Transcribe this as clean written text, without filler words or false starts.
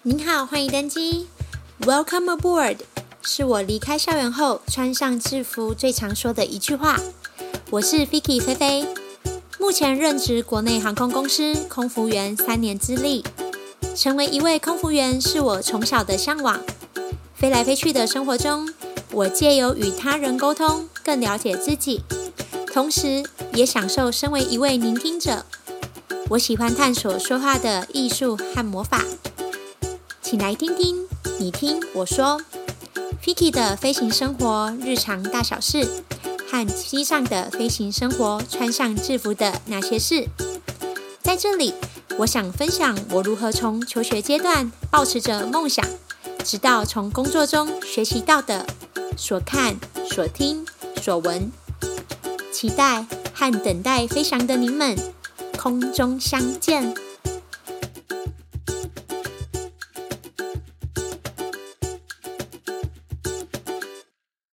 您好，欢迎登机。Welcome aboard 是我离开校园后穿上制服最常说的一句话。我是 Vicky 菲菲，目前任职国内航空公司空服员3年资历。成为一位空服员是我从小的向往。飞来飞去的生活中，我借由与他人沟通，更了解自己，同时也享受身为一位聆听者。我喜欢探索说话的艺术和魔法。请来听听，你听我说 Vicky 的飞行生活日常大小事，和机上的飞行生活穿上制服的那些事。在这里，我想分享我如何从求学阶段抱持着梦想，直到从工作中学习到的所看、所听、所闻。期待和等待飞翔的您们空中相见。